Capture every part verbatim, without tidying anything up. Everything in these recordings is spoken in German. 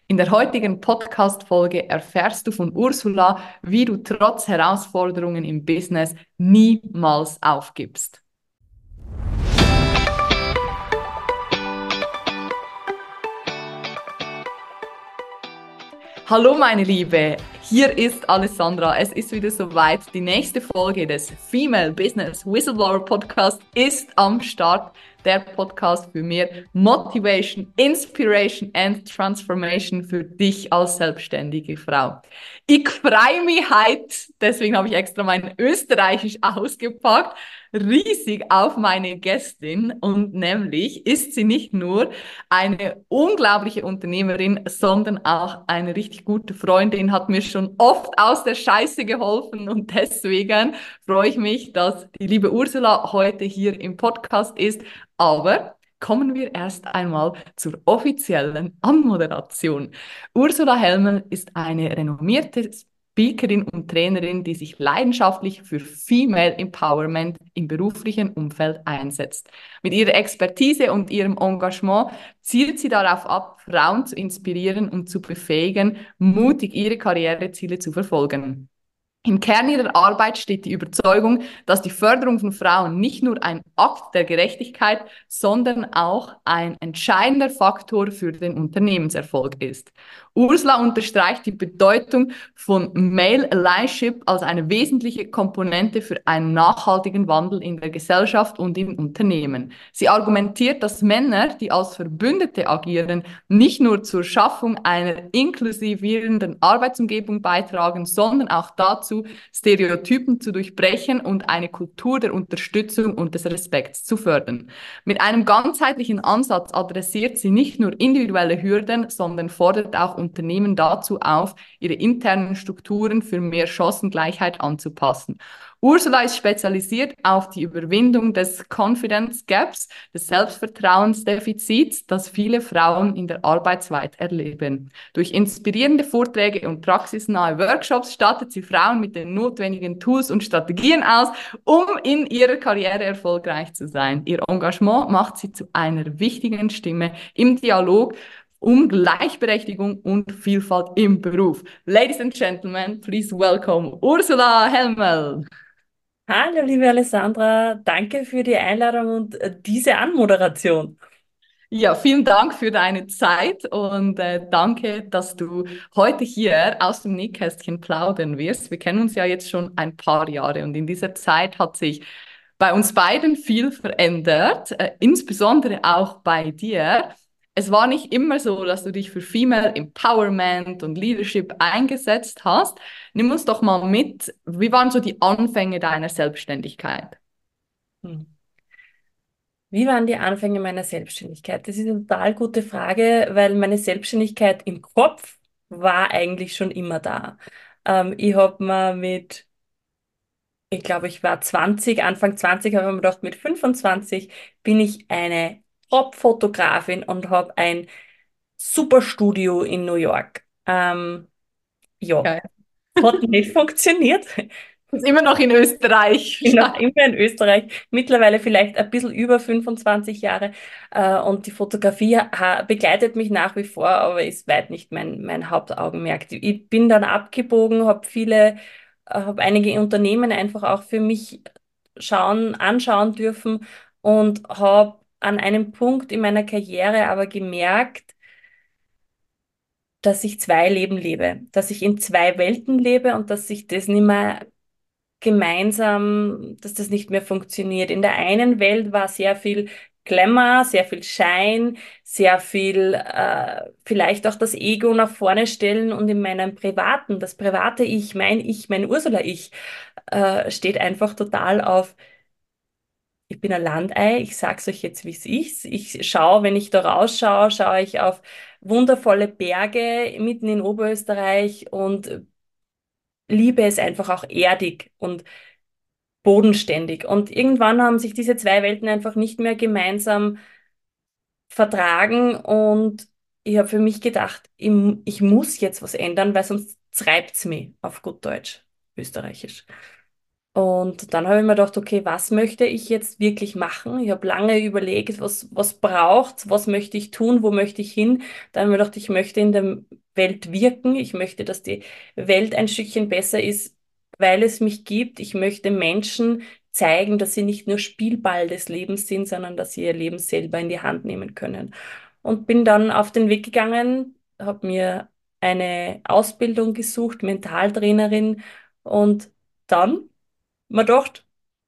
In der heutigen Podcast-Folge erfährst du von Ursula, wie du trotz Herausforderungen im Business niemals aufgibst. Hallo meine Liebe, hier ist Alessandra. Es ist wieder soweit. Die nächste Folge des Female Business Whistleblower Podcast ist am Start. Der Podcast für mehr Motivation, Inspiration and Transformation für dich als selbstständige Frau. Ich freue mich heute, deswegen habe ich extra mein Österreichisch ausgepackt, riesig auf meine Gästin. Und nämlich ist sie nicht nur eine unglaubliche Unternehmerin, sondern auch eine richtig gute Freundin, hat mir schon oft aus der Scheiße geholfen und deswegen freue ich mich, dass die liebe Ursula heute hier im Podcast ist. Aber kommen wir erst einmal zur offiziellen Anmoderation. Ursula Helmel ist eine renommierte Speakerin und Trainerin, die sich leidenschaftlich für Female Empowerment im beruflichen Umfeld einsetzt. Mit ihrer Expertise und ihrem Engagement zielt sie darauf ab, Frauen zu inspirieren und zu befähigen, mutig ihre Karriereziele zu verfolgen. Im Kern ihrer Arbeit steht die Überzeugung, dass die Förderung von Frauen nicht nur ein Akt der Gerechtigkeit, sondern auch ein entscheidender Faktor für den Unternehmenserfolg ist. Ursula unterstreicht die Bedeutung von Male Allyship als eine wesentliche Komponente für einen nachhaltigen Wandel in der Gesellschaft und im Unternehmen. Sie argumentiert, dass Männer, die als Verbündete agieren, nicht nur zur Schaffung einer inklusivierenden Arbeitsumgebung beitragen, sondern auch dazu, Stereotypen zu durchbrechen und eine Kultur der Unterstützung und des Respekts zu fördern. Mit einem ganzheitlichen Ansatz adressiert sie nicht nur individuelle Hürden, sondern fordert auch Unternehmen dazu auf, ihre internen Strukturen für mehr Chancengleichheit anzupassen. Ursula ist spezialisiert auf die Überwindung des Confidence Gaps, des Selbstvertrauensdefizits, das viele Frauen in der Arbeitswelt erleben. Durch inspirierende Vorträge und praxisnahe Workshops stattet sie Frauen mit den notwendigen Tools und Strategien aus, um in ihrer Karriere erfolgreich zu sein. Ihr Engagement macht sie zu einer wichtigen Stimme im Dialog um Gleichberechtigung und Vielfalt im Beruf. Ladies and Gentlemen, please welcome Ursula Helmel. Hallo, liebe Alessandra, danke für die Einladung und äh, diese Anmoderation. Ja, vielen Dank für deine Zeit und äh, danke, dass du heute hier aus dem Nähkästchen plaudern wirst. Wir kennen uns ja jetzt schon ein paar Jahre und in dieser Zeit hat sich bei uns beiden viel verändert, äh, insbesondere auch bei dir. Es war nicht immer so, dass du dich für Female Empowerment und Leadership eingesetzt hast. Nimm uns doch mal mit, wie waren so die Anfänge deiner Selbstständigkeit? Hm. Wie waren die Anfänge meiner Selbstständigkeit? Das ist eine total gute Frage, weil meine Selbstständigkeit im Kopf war eigentlich schon immer da. Ähm, ich habe mir mit, ich glaube, ich war zwanzig, Anfang zwanzig, habe ich mir gedacht, mit fünfundzwanzig bin ich eine Top-Fotografin und habe ein super Studio in New York. Ähm, ja, Ja, hat nicht funktioniert. ist immer noch in Österreich. Bin noch immer in Österreich, mittlerweile vielleicht ein bisschen über fünfundzwanzig Jahre. Äh, und die Fotografie ha begleitet mich nach wie vor, aber ist weit nicht mein, mein Hauptaugenmerk. Ich bin dann abgebogen, habe viele, äh, habe einige Unternehmen einfach auch für mich schauen, anschauen dürfen und habe an einem Punkt in meiner Karriere aber gemerkt, dass ich zwei Leben lebe, dass ich in zwei Welten lebe und dass ich das nicht mehr gemeinsam, dass das nicht mehr funktioniert. In der einen Welt war sehr viel Glamour, sehr viel Schein, sehr viel äh, vielleicht auch das Ego nach vorne stellen und in meinem privaten, das private Ich, mein Ich, mein Ursula-Ich, äh, steht einfach total auf, ich bin ein Landei, ich sag's euch jetzt, wie es ist. Ich schaue, wenn ich da rausschaue, schaue ich auf wundervolle Berge mitten in Oberösterreich und liebe es einfach auch erdig und bodenständig. Und irgendwann haben sich diese zwei Welten einfach nicht mehr gemeinsam vertragen und ich habe für mich gedacht, ich, ich muss jetzt was ändern, weil sonst treibt's mich auf gut Deutsch, österreichisch. Und dann habe ich mir gedacht, okay, was möchte ich jetzt wirklich machen? Ich habe lange überlegt, was, was braucht's, was möchte ich tun, wo möchte ich hin? Dann habe ich mir gedacht, ich möchte in der Welt wirken. Ich möchte, dass die Welt ein Stückchen besser ist, weil es mich gibt. Ich möchte Menschen zeigen, dass sie nicht nur Spielball des Lebens sind, sondern dass sie ihr Leben selber in die Hand nehmen können. Und bin dann auf den Weg gegangen, habe mir eine Ausbildung gesucht, Mentaltrainerin, und dann mir gedacht,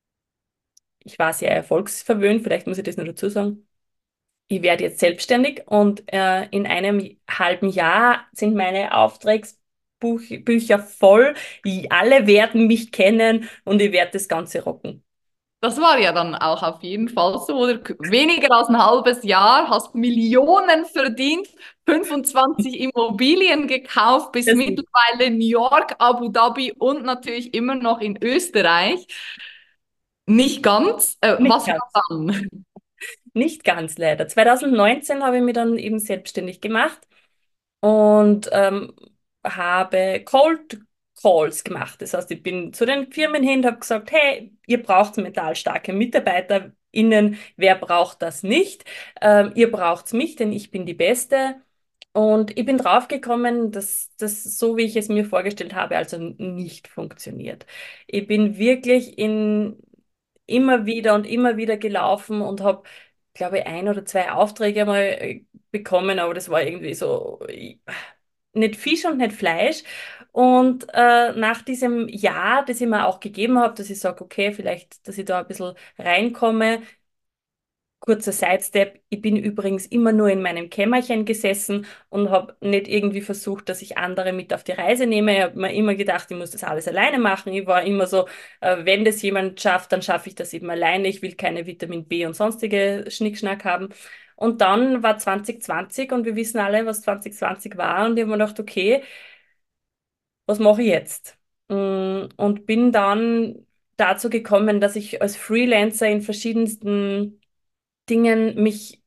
ich war sehr erfolgsverwöhnt, vielleicht muss ich das nur dazu sagen. Ich werde jetzt selbstständig und äh, in einem halben Jahr sind meine Auftragsbücher voll. Die, alle werden mich kennen und ich werde das Ganze rocken. Das war ja dann auch auf jeden Fall so, oder? Weniger als ein halbes Jahr, hast Millionen verdient, fünfundzwanzig Immobilien gekauft, bis Das ist mittlerweile New York, Abu Dhabi und natürlich immer noch in Österreich. Nicht ganz. Äh, nicht was ganz. war dann? Nicht ganz leider. zwanzig neunzehn habe ich mich dann eben selbstständig gemacht und ähm, habe Cold Calls gemacht. Das heißt, ich bin zu den Firmen hin und habe gesagt, hey, ihr braucht mental starke MitarbeiterInnen, wer braucht das nicht? Ähm, ihr braucht's mich, denn ich bin die Beste. Und ich bin draufgekommen, dass das, so wie ich es mir vorgestellt habe, also nicht funktioniert. Ich bin wirklich in immer wieder und immer wieder gelaufen und habe, glaube ich, ein oder zwei Aufträge mal äh, bekommen, aber das war irgendwie so äh, nicht Fisch und nicht Fleisch. Und äh, nach diesem Jahr, das ich mir auch gegeben habe, dass ich sage, okay, vielleicht, dass ich da ein bisschen reinkomme. Kurzer Sidestep, ich bin übrigens immer nur in meinem Kämmerchen gesessen und habe nicht irgendwie versucht, dass ich andere mit auf die Reise nehme. Ich habe mir immer gedacht, ich muss das alles alleine machen. Ich war immer so, äh, wenn das jemand schafft, dann schaffe ich das eben alleine. Ich will keine Vitamin B und sonstige Schnickschnack haben. Und dann war zwanzig zwanzig und wir wissen alle, was zwanzig zwanzig war. Und ich habe mir gedacht, okay, was mache ich jetzt? Mm, Und bin dann dazu gekommen, dass ich als Freelancer in verschiedensten Dingen mich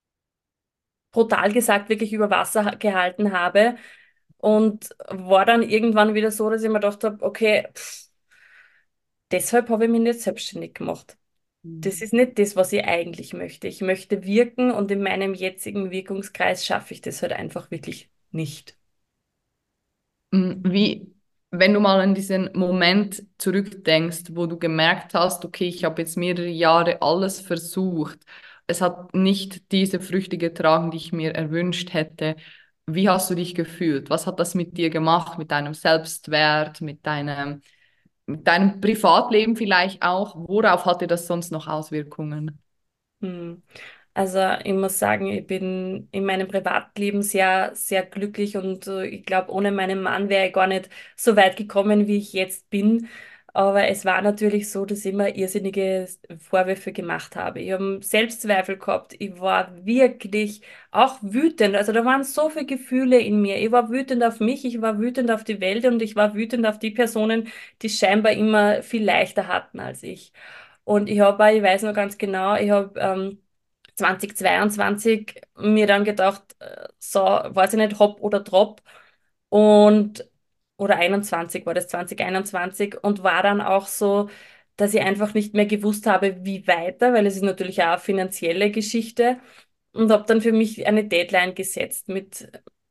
brutal gesagt wirklich über Wasser ha- gehalten habe und war dann irgendwann wieder so, dass ich mir gedacht habe, okay, pff, deshalb habe ich mich nicht selbstständig gemacht. Das ist nicht das, was ich eigentlich möchte. Ich möchte wirken und in meinem jetzigen Wirkungskreis schaffe ich das halt einfach wirklich nicht. Mm, Wie, wenn du mal an diesen Moment zurückdenkst, wo du gemerkt hast, okay, ich habe jetzt mehrere Jahre alles versucht, es hat nicht diese Früchte getragen, die ich mir erwünscht hätte. Wie hast du dich gefühlt? Was hat das mit dir gemacht, mit deinem Selbstwert, mit deinem, mit deinem Privatleben vielleicht auch? Worauf hatte das sonst noch Auswirkungen? Hm. Also ich muss sagen, ich bin in meinem Privatleben sehr, sehr glücklich und äh, ich glaube, ohne meinen Mann wäre ich gar nicht so weit gekommen, wie ich jetzt bin. Aber es war natürlich so, dass ich mir irrsinnige Vorwürfe gemacht habe. Ich habe Selbstzweifel gehabt. Ich war wirklich auch wütend. Also da waren so viele Gefühle in mir. Ich war wütend auf mich, ich war wütend auf die Welt und ich war wütend auf die Personen, die es scheinbar immer viel leichter hatten als ich. Und ich habe, ich weiß noch ganz genau, ich habe ähm, zwanzig zweiundzwanzig mir dann gedacht, äh, so, weiß ich nicht, hopp oder top. Und, oder einundzwanzig war das, zwanzig einundzwanzig. Und war dann auch so, dass ich einfach nicht mehr gewusst habe, wie weiter, weil es ist natürlich auch eine finanzielle Geschichte. Und habe dann für mich eine Deadline gesetzt mit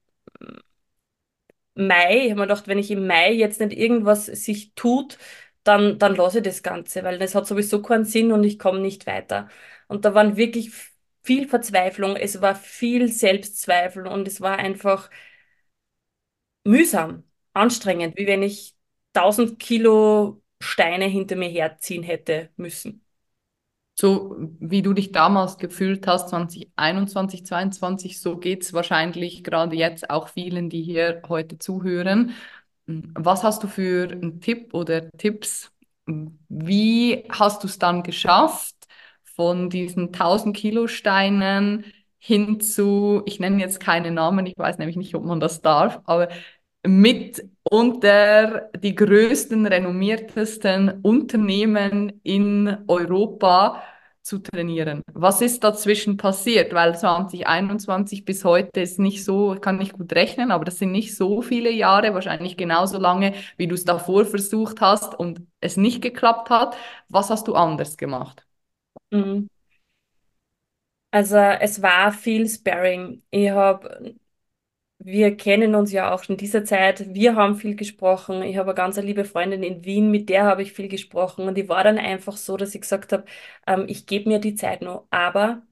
Mai. Ich habe mir gedacht, wenn ich im Mai jetzt nicht irgendwas sich tut, dann, dann lasse ich das Ganze, weil das hat sowieso keinen Sinn und ich komme nicht weiter. Und da waren wirklich viel Verzweiflung, es war viel Selbstzweifel und es war einfach mühsam, anstrengend, wie wenn ich tausend Kilo Steine hinter mir herziehen hätte müssen. So wie du dich damals gefühlt hast, zwanzig einundzwanzig, zweiundzwanzig, so geht es wahrscheinlich gerade jetzt auch vielen, die hier heute zuhören. Was hast du für einen Tipp oder Tipps? Wie hast du es dann geschafft, von diesen tausend Kilo Steinen hin zu, ich nenne jetzt keine Namen, ich weiß nämlich nicht, ob man das darf, aber mit unter die größten, renommiertesten Unternehmen in Europa zu trainieren. Was ist dazwischen passiert? Weil zwanzig einundzwanzig bis heute ist nicht so, ich kann nicht gut rechnen, aber das sind nicht so viele Jahre, wahrscheinlich genauso lange, wie du es davor versucht hast und es nicht geklappt hat. Was hast du anders gemacht? Mhm. Also es war viel Sparring. Ich habe wir kennen uns ja auch schon in dieser Zeit. Wir haben viel gesprochen. Ich habe eine ganz liebe Freundin in Wien, mit der habe ich viel gesprochen. Und ich war dann einfach so, dass ich gesagt habe, ähm, ich gebe mir die Zeit noch. Aber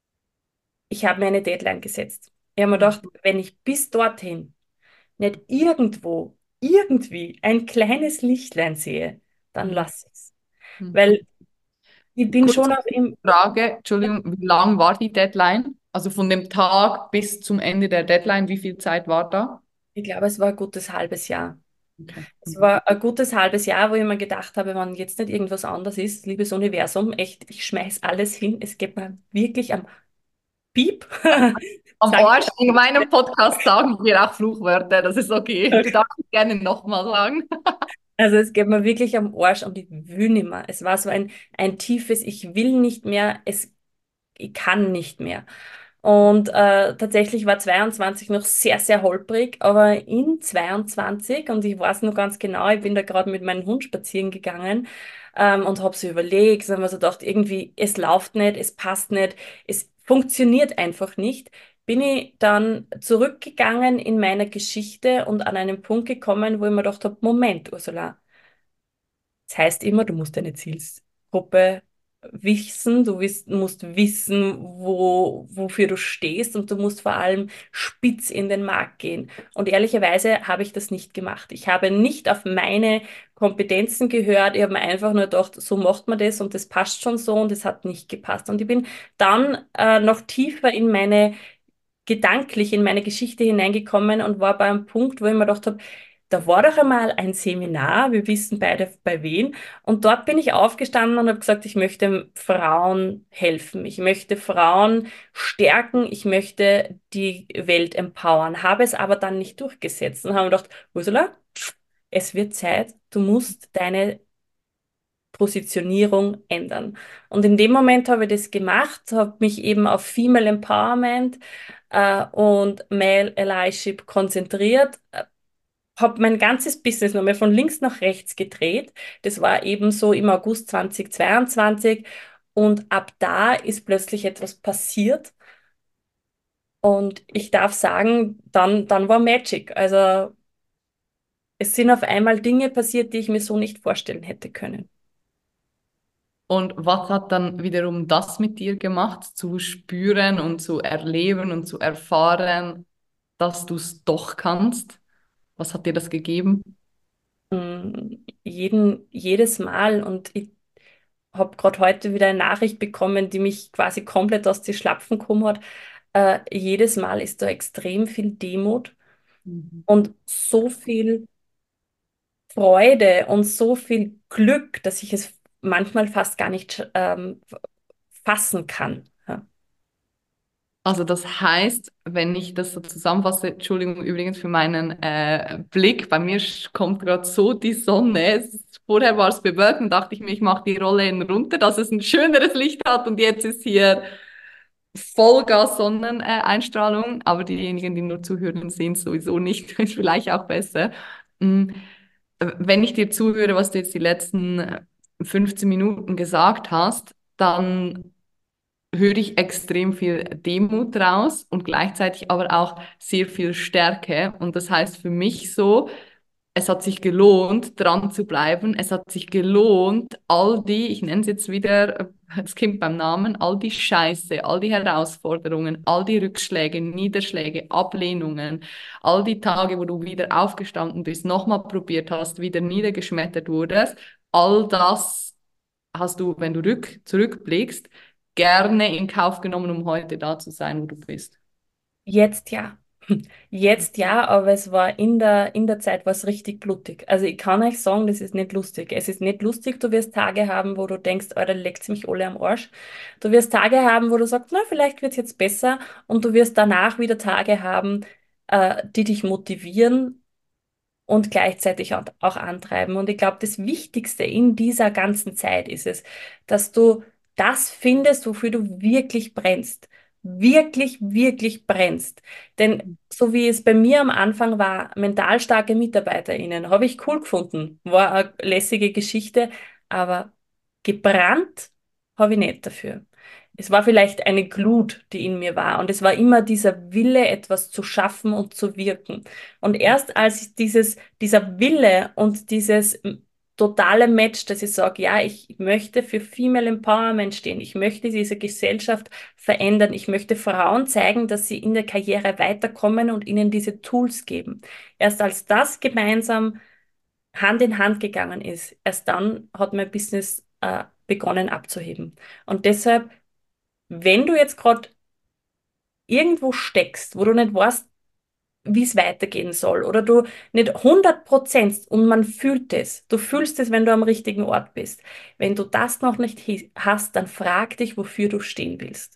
ich habe mir eine Deadline gesetzt. Ich habe mir gedacht, wenn ich bis dorthin nicht irgendwo, irgendwie ein kleines Lichtlein sehe, dann Mhm. lass es. Mhm. Weil ich bin Kurze schon auch im, Frage, Entschuldigung, wie lang war die Deadline? Also von dem Tag bis zum Ende der Deadline, wie viel Zeit war da? ich glaube, es war ein gutes halbes Jahr. Okay. Es Mhm. war ein gutes halbes Jahr, wo ich mir gedacht habe, wenn jetzt nicht irgendwas anderes ist, liebes Universum, echt, ich schmeiß alles hin. Es geht mir wirklich am Piep. Am Sag Arsch, in meinem Podcast sagen wir auch Fluchwörter, das ist okay. Du darfst es gerne nochmal sagen. Also es geht mir wirklich am Arsch und ich will nicht mehr. Es war so ein, ein tiefes, ich will nicht mehr, es, ich kann nicht mehr. Und äh, tatsächlich war zweiundzwanzig noch sehr, sehr holprig, aber in zweiundzwanzig, und ich weiß noch ganz genau, ich bin da gerade mit meinem Hund spazieren gegangen ähm, und habe so überlegt, und habe mir so gedacht, irgendwie, es läuft nicht, es passt nicht, es funktioniert einfach nicht, bin ich dann zurückgegangen in meiner Geschichte und an einen Punkt gekommen, wo ich mir gedacht habe, Moment, Ursula, das heißt immer, du musst deine Zielgruppe wissen, du wisst, musst wissen, wo, wofür du stehst und du musst vor allem spitz in den Markt gehen. Und ehrlicherweise habe ich das nicht gemacht. Ich habe nicht auf meine Kompetenzen gehört. Ich habe mir einfach nur gedacht, so macht man das und das passt schon so und es hat nicht gepasst. Und ich bin dann äh, noch tiefer in meine gedanklich in meine Geschichte hineingekommen und war bei einem Punkt, wo ich mir gedacht habe, da war doch einmal ein Seminar, wir wissen beide bei wen, und dort bin ich aufgestanden und habe gesagt, ich möchte Frauen helfen, ich möchte Frauen stärken, ich möchte die Welt empowern, habe es aber dann nicht durchgesetzt und habe mir gedacht, Ursula, es wird Zeit, du musst deine Positionierung ändern. Und in dem Moment habe ich das gemacht, habe mich eben auf Female Empowerment äh, und Male Allyship konzentriert, äh, habe mein ganzes Business nochmal von links nach rechts gedreht. Das war eben so im August zweitausendzweiundzwanzig und ab da ist plötzlich etwas passiert und ich darf sagen, dann, dann war Magic. Also es sind auf einmal Dinge passiert, die ich mir so nicht vorstellen hätte können. Und was hat dann wiederum das mit dir gemacht, zu spüren und zu erleben und zu erfahren, dass du es doch kannst? Was hat dir das gegeben? Mm, jeden, jedes Mal. Und ich habe gerade heute wieder eine Nachricht bekommen, die mich quasi komplett aus die Schlapfen gekommen hat. Äh, jedes Mal ist da extrem viel Demut Mhm. und so viel Freude und so viel Glück, dass ich es manchmal fast gar nicht ähm, fassen kann. Ja. Also das heißt, wenn ich das so zusammenfasse, Entschuldigung übrigens für meinen äh, Blick, bei mir sch- kommt gerade so die Sonne. Es ist, vorher war es bewölkt und dachte ich mir, ich mache die Rolle runter, dass es ein schöneres Licht hat und jetzt ist hier Vollgas Sonneneinstrahlung, äh, Einstrahlung, aber diejenigen, die nur zuhören, sehen es sowieso nicht, ist vielleicht auch besser. Mm, Wenn ich dir zuhöre, was du jetzt die letzten äh, fünfzehn Minuten gesagt hast, dann höre ich extrem viel Demut raus und gleichzeitig aber auch sehr viel Stärke. Und das heißt für mich so, es hat sich gelohnt, dran zu bleiben. Es hat sich gelohnt, all die, ich nenne es jetzt wieder, äh, das Kind beim Namen, all die Scheiße, all die Herausforderungen, all die Rückschläge, Niederschläge, Ablehnungen, all die Tage, wo du wieder aufgestanden bist, nochmal probiert hast, wieder niedergeschmettert wurdest, all das hast du, wenn du rück, zurückblickst, gerne in Kauf genommen, um heute da zu sein, wo du bist. Jetzt ja. Jetzt ja, aber es war in der, in der Zeit war es richtig blutig. Also ich kann euch sagen, das ist nicht lustig. Es ist nicht lustig, du wirst Tage haben, wo du denkst, Alter, leckt's mich alle am Arsch. Du wirst Tage haben, wo du sagst, na, vielleicht wird's jetzt besser. Und du wirst danach wieder Tage haben, äh, die dich motivieren und gleichzeitig auch auch antreiben. Und ich glaube, das Wichtigste in dieser ganzen Zeit ist es, dass du das findest, wofür du wirklich brennst. Wirklich, wirklich brennst. Denn so wie es bei mir am Anfang war, mental starke MitarbeiterInnen, habe ich cool gefunden. War eine lässige Geschichte, aber gebrannt habe ich nicht dafür. Es war vielleicht eine Glut, die in mir war. Und es war immer dieser Wille, etwas zu schaffen und zu wirken. Und erst als ich dieses, dieser Wille und dieses m, totale Match, dass ich sage, ja, ich möchte für Female Empowerment stehen, ich möchte diese Gesellschaft verändern, ich möchte Frauen zeigen, dass sie in der Karriere weiterkommen und ihnen diese Tools geben. Erst als das gemeinsam Hand in Hand gegangen ist, erst dann hat mein Business äh, begonnen abzuheben. Und deshalb, wenn du jetzt gerade irgendwo steckst, wo du nicht weißt, wie es weitergehen soll, oder du nicht hundert Prozent und man fühlt es, du fühlst es, wenn du am richtigen Ort bist. Wenn du das noch nicht hi- hast, dann frag dich, wofür du stehen willst.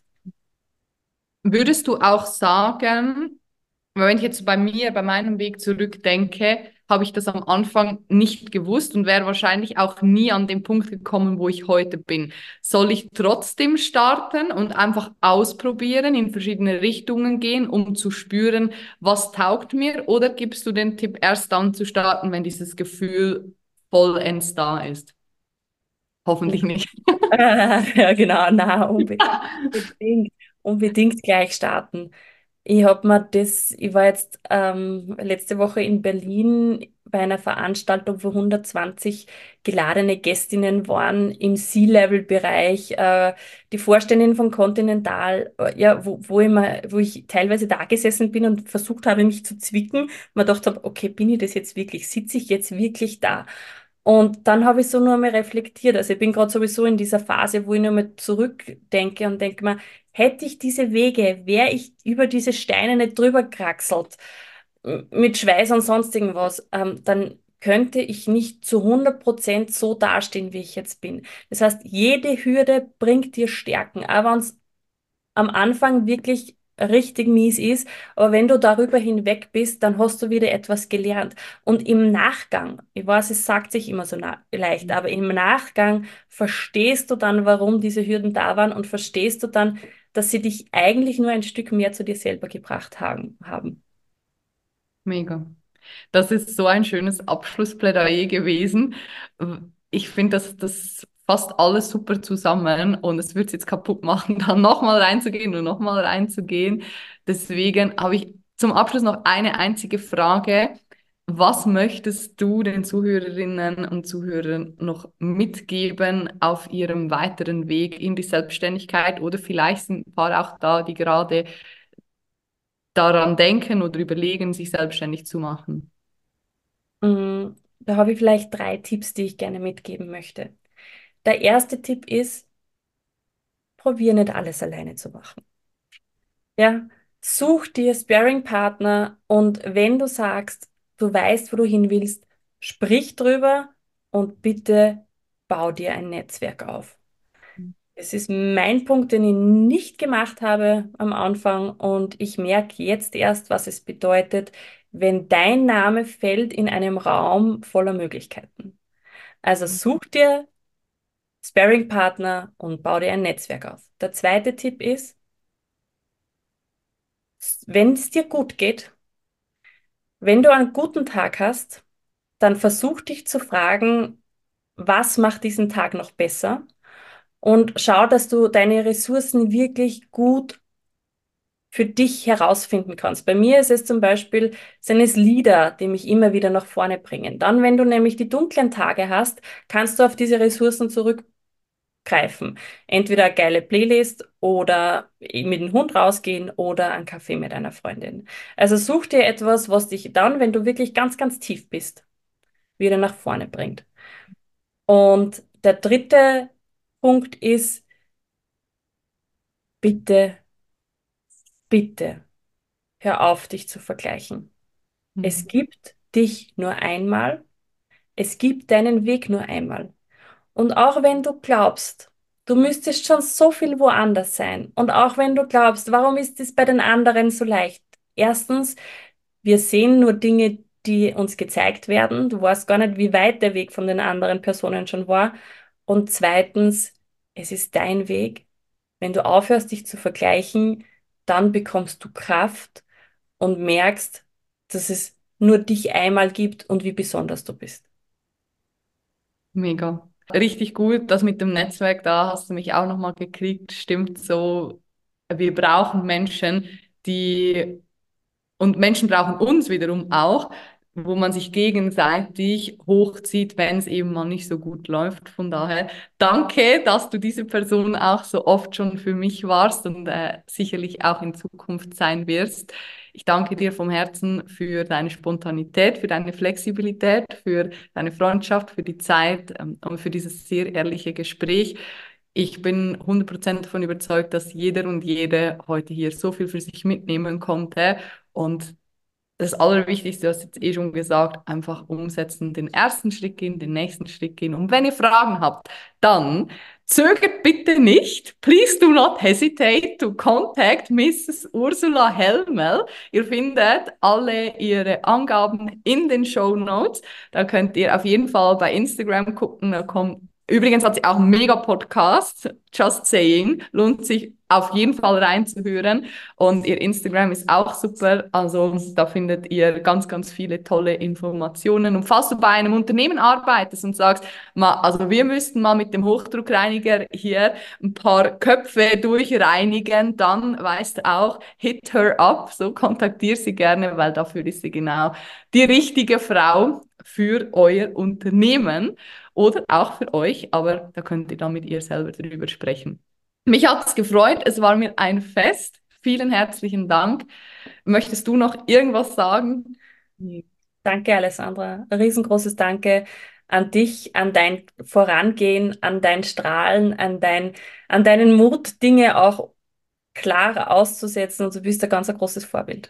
Würdest du auch sagen, weil wenn ich jetzt bei mir, bei meinem Weg zurückdenke, habe ich das am Anfang nicht gewusst und wäre wahrscheinlich auch nie an den Punkt gekommen, wo ich heute bin. Soll ich trotzdem starten und einfach ausprobieren, in verschiedene Richtungen gehen, um zu spüren, was taugt mir? Oder gibst du den Tipp, erst dann zu starten, wenn dieses Gefühl vollends da ist? Hoffentlich nicht. Ja, genau, na, unbedingt, unbedingt gleich starten. Ich habe mir das, ich war jetzt ähm, letzte Woche in Berlin bei einer Veranstaltung, wo hundertzwanzig geladene Gästinnen waren im C-Level-Bereich, äh, die Vorständin von Continental, äh, ja, wo, wo ich mal, wo ich teilweise da gesessen bin und versucht habe, mich zu zwicken, mir gedacht habe, okay, bin ich das jetzt wirklich? Sitze ich jetzt wirklich da? Und dann habe ich so nur mal reflektiert. Also ich bin gerade sowieso in dieser Phase, wo ich nur mal zurückdenke und denke mir, hätte ich diese Wege, wäre ich über diese Steine nicht drüber kraxelt, m- mit Schweiß und sonst irgendwas, ähm, dann könnte ich nicht zu hundert Prozent so dastehen, wie ich jetzt bin. Das heißt, jede Hürde bringt dir Stärken, auch wenn es am Anfang wirklich richtig mies ist, aber wenn du darüber hinweg bist, dann hast du wieder etwas gelernt. Und im Nachgang, ich weiß, es sagt sich immer so na leicht, aber im Nachgang verstehst du dann, warum diese Hürden da waren und verstehst du dann, dass sie dich eigentlich nur ein Stück mehr zu dir selber gebracht haben. haben. Mega. Das ist so ein schönes Abschlussplädoyer gewesen. Ich finde, dass das fasst alles super zusammen und es wird es jetzt kaputt machen, dann nochmal reinzugehen und nochmal reinzugehen. Deswegen habe ich zum Abschluss noch eine einzige Frage. Was möchtest du den Zuhörerinnen und Zuhörern noch mitgeben auf ihrem weiteren Weg in die Selbstständigkeit? Oder vielleicht sind ein paar auch da, die gerade daran denken oder überlegen, sich selbstständig zu machen. Mm, Da habe ich vielleicht drei Tipps, die ich gerne mitgeben möchte. Der erste Tipp ist, probier nicht alles alleine zu machen. Ja, such dir Sparring-Partner und wenn du sagst, du weißt, wo du hin willst, sprich drüber und bitte bau dir ein Netzwerk auf. Es ist mein Punkt, den ich nicht gemacht habe am Anfang und ich merke jetzt erst, was es bedeutet, wenn dein Name fällt in einem Raum voller Möglichkeiten. Also such dir Sparring-Partner und bau dir ein Netzwerk auf. Der zweite Tipp ist, wenn es dir gut geht, wenn du einen guten Tag hast, dann versuch dich zu fragen, was macht diesen Tag noch besser? Und schau, dass du deine Ressourcen wirklich gut für dich herausfinden kannst. Bei mir ist es zum Beispiel, sind es Lieder, die mich immer wieder nach vorne bringen. Dann, wenn du nämlich die dunklen Tage hast, kannst du auf diese Ressourcen zurückgreifen. Entweder eine geile Playlist oder mit dem Hund rausgehen oder einen Kaffee mit einer Freundin. Also such dir etwas, was dich dann, wenn du wirklich ganz, ganz tief bist, wieder nach vorne bringt. Und der dritte Punkt ist, bitte, bitte, hör auf, dich zu vergleichen. Es Mhm. gibt dich nur einmal, es gibt deinen Weg nur einmal. Und auch wenn du glaubst, du müsstest schon so viel woanders sein, und auch wenn du glaubst, warum ist es bei den anderen so leicht? Erstens, wir sehen nur Dinge, die uns gezeigt werden. Du weißt gar nicht, wie weit der Weg von den anderen Personen schon war. Und zweitens, es ist dein Weg. Wenn du aufhörst, dich zu vergleichen, dann bekommst du Kraft und merkst, dass es nur dich einmal gibt und wie besonders du bist. Mega. Richtig gut, das mit dem Netzwerk, da hast du mich auch nochmal gekriegt, stimmt so. Wir brauchen Menschen, die und Menschen brauchen uns wiederum auch, wo man sich gegenseitig hochzieht, wenn es eben mal nicht so gut läuft. Von daher danke, dass du diese Person auch so oft schon für mich warst und äh, sicherlich auch in Zukunft sein wirst. Ich danke dir vom Herzen für deine Spontanität, für deine Flexibilität, für deine Freundschaft, für die Zeit ähm, und für dieses sehr ehrliche Gespräch. Ich bin hundert Prozent davon überzeugt, dass jeder und jede heute hier so viel für sich mitnehmen konnte. Und das Allerwichtigste, du hast jetzt eh schon gesagt, einfach umsetzen, den ersten Schritt gehen, den nächsten Schritt gehen. Und wenn ihr Fragen habt, dann zögert bitte nicht. Please do not hesitate to contact Missus Ursula Helmel. Ihr findet alle ihre Angaben in den Show Notes. Da könnt ihr auf jeden Fall bei Instagram gucken. Da kommt Übrigens hat sie auch einen Mega-Podcast, Just Saying, lohnt sich auf jeden Fall reinzuhören. Und ihr Instagram ist auch super, also da findet ihr ganz, ganz viele tolle Informationen. Und falls du bei einem Unternehmen arbeitest und sagst, ma, also wir müssten mal mit dem Hochdruckreiniger hier ein paar Köpfe durchreinigen, dann weißt du auch, hit her up, so kontaktier sie gerne, weil dafür ist sie genau die richtige Frau für euer Unternehmen oder auch für euch, aber da könnt ihr dann mit ihr selber drüber sprechen. Mich hat es gefreut, es war mir ein Fest. Vielen herzlichen Dank. Möchtest du noch irgendwas sagen? Danke, Alessandra. Ein riesengroßes Danke an dich, an dein Vorangehen, an dein Strahlen, an dein, an deinen Mut, Dinge auch klar auszusetzen. Und du bist ein ganz ein großes Vorbild.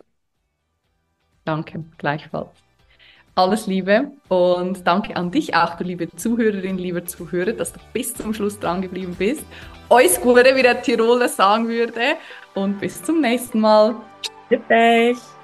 Danke, gleichfalls. Alles Liebe und danke an dich auch, du liebe Zuhörerin, lieber Zuhörer, dass du bis zum Schluss dran geblieben bist. Euch Gute, wie der Tiroler sagen würde, und bis zum nächsten Mal. Bis euch.